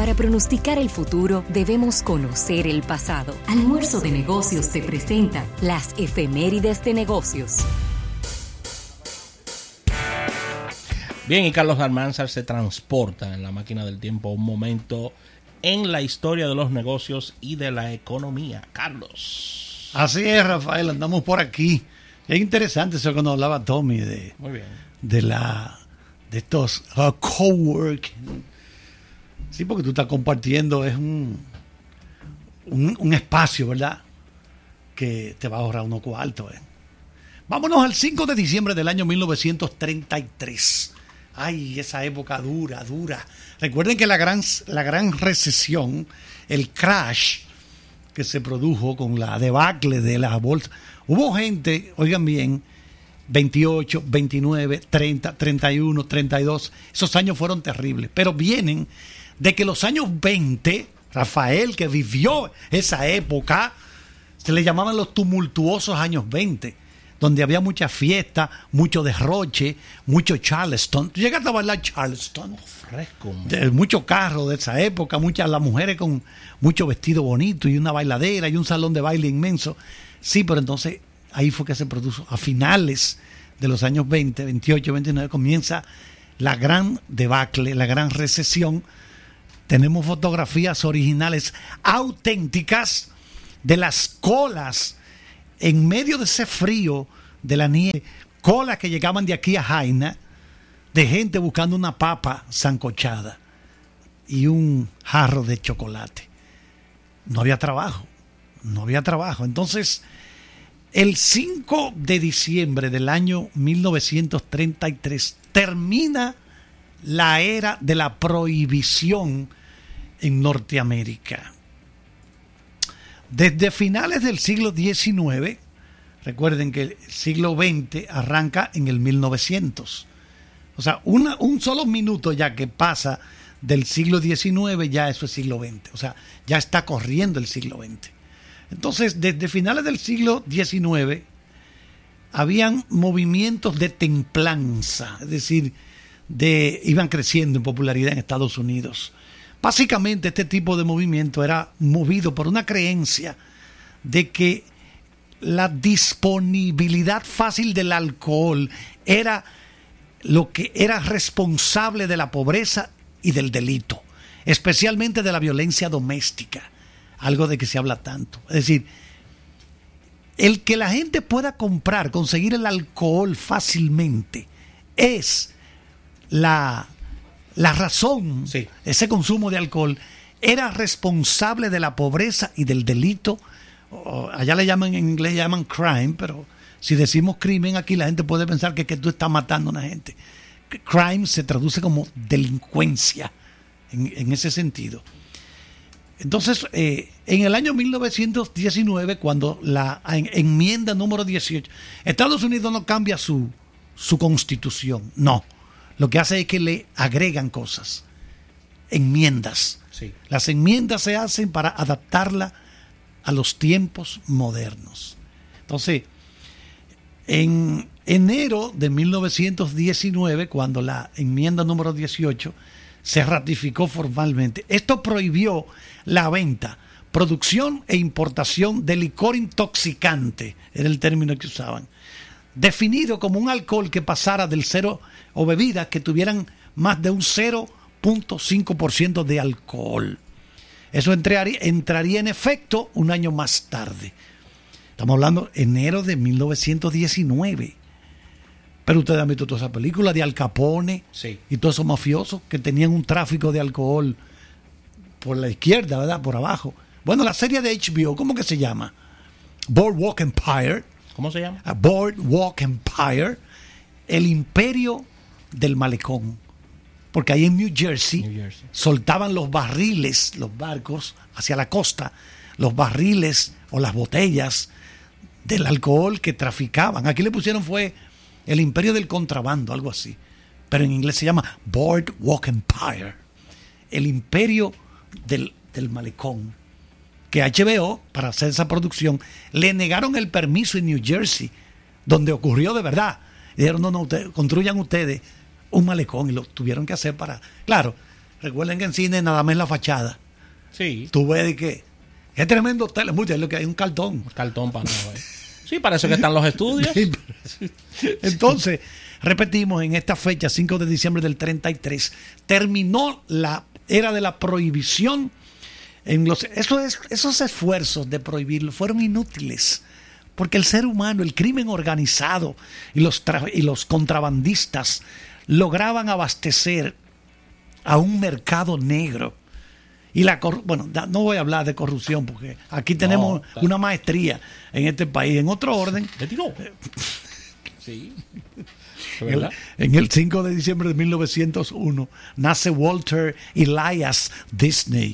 Para pronosticar el futuro, debemos conocer el pasado. Almuerzo de Negocios te presenta las efemérides de negocios. Bien, y Carlos Almanzar se transporta en la máquina del tiempo a un momento en la historia de los negocios y de la economía. Carlos. Así es, Rafael, andamos por aquí. Es interesante eso que nos hablaba Tommy Muy bien. de estos coworking. Sí, porque tú estás compartiendo, es un espacio, ¿verdad? Que te va a ahorrar unos cuartos. Vámonos al 5 de diciembre del año 1933. Ay, esa época dura. Recuerden que la gran recesión, el crash que se produjo con la debacle de la bolsa. Hubo gente, oigan bien, 28, 29, 30, 31, 32. Esos años fueron terribles, pero vienen de que los años 20, Rafael, que vivió esa época, se le llamaban los tumultuosos años 20, donde había mucha fiesta, mucho derroche, mucho Charleston. ¿Tú llegaste a bailar Charleston? Fresco. Muchos carros de esa época, las mujeres con mucho vestido bonito y una bailadera y un salón de baile inmenso. Sí, pero entonces ahí fue que se produjo. A finales de los años 20, 28, 29 comienza la gran debacle, la gran recesión. Tenemos fotografías originales auténticas de las colas en medio de ese frío de la nieve, colas que llegaban de aquí a Jaina, de gente buscando una papa sancochada y un jarro de chocolate. No había trabajo. Entonces, el 5 de diciembre del año 1933 termina la era de la prohibición en Norteamérica. Desde finales del siglo XIX, recuerden que el siglo XX arranca en el 1900. O sea, un solo minuto ya que pasa del siglo XIX, ya eso es siglo XX. O sea, ya está corriendo el siglo XX. Entonces, desde finales del siglo XIX, habían movimientos de templanza, es decir, iban creciendo en popularidad en Estados Unidos. Básicamente este tipo de movimiento era movido por una creencia de que la disponibilidad fácil del alcohol era lo que era responsable de la pobreza y del delito, especialmente de la violencia doméstica, algo de que se habla tanto. Es decir, el que la gente pueda conseguir el alcohol fácilmente es la razón, sí. Ese consumo de alcohol era responsable de la pobreza y del delito. Allá en inglés llaman crime, pero si decimos crimen aquí la gente puede pensar que tú estás matando a una gente. Crime se traduce como delincuencia en ese sentido. Entonces, en el año 1919, cuando la enmienda número 18, Estados Unidos no cambia su constitución, no. Lo que hace es que le agregan cosas, enmiendas. Sí. Las enmiendas se hacen para adaptarla a los tiempos modernos. Entonces, en enero de 1919, cuando la enmienda número 18 se ratificó formalmente, esto prohibió la venta, producción e importación de licor intoxicante, era el término que usaban, definido como un alcohol que pasara del cero o bebidas que tuvieran más de un 0.5% de alcohol. Eso entraría en efecto un año más tarde. Estamos hablando de enero de 1919. Pero ustedes han visto toda esa película de Al Capone, sí, y todos esos mafiosos que tenían un tráfico de alcohol por la izquierda, ¿verdad? Por abajo. Bueno, la serie de HBO, ¿cómo que se llama? Boardwalk Empire. ¿Cómo se llama? Boardwalk Empire, el imperio del malecón. Porque ahí en New Jersey soltaban los barriles, los barcos hacia la costa, los barriles o las botellas del alcohol que traficaban. Aquí le pusieron fue el imperio del contrabando, algo así. Pero en inglés se llama Boardwalk Empire, el imperio del malecón. Que HBO, para hacer esa producción, le negaron el permiso en New Jersey, donde ocurrió de verdad. Y dijeron, no, construyan ustedes un malecón, y lo tuvieron que hacer para... Claro, Recuerden que en cine nada más la fachada. Sí. Tú ves de que es tremendo hotel, es lo que hay un cartón. Cartón para no ver. Sí, para eso que están los estudios. Entonces, repetimos, en esta fecha, 5 de diciembre del 33, terminó la era de la prohibición. Esos esfuerzos de prohibirlo fueron inútiles, porque el ser humano, el crimen organizado y los contrabandistas lograban abastecer a un mercado negro. Y no voy a hablar de corrupción porque aquí tenemos una maestría en este país. En otro orden, ¿Le tiró? Sí. en el 5 de diciembre de 1901 nace Walter Elias Disney.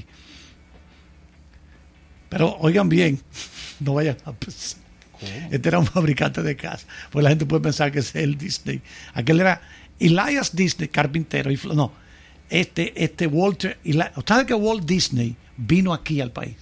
Pero oigan bien, no vayan a pensar. ¿Cómo? Este era un fabricante de casa, pues la gente puede pensar que es el Disney. Aquel era Elias Disney, carpintero. Este Walter, ¿sabe que Walt Disney vino aquí al país?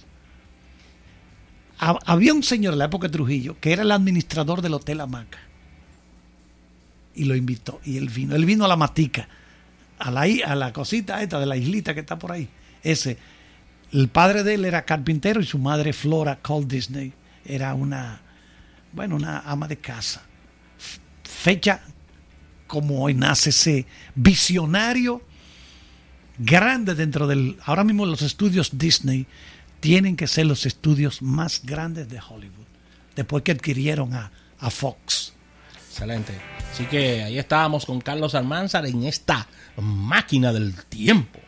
Había un señor en la época de Trujillo que era el administrador del Hotel Hamaca y lo invitó, y él vino a la Matica, a la cosita esta de la islita que está por ahí. El padre de él era carpintero y su madre, Flora Cole Disney, era una ama de casa. Fecha como hoy nace ese visionario grande dentro del... Ahora mismo los estudios Disney tienen que ser los estudios más grandes de Hollywood, después que adquirieron a Fox. Excelente. Así que ahí estábamos con Carlos Almanzar en esta máquina del tiempo.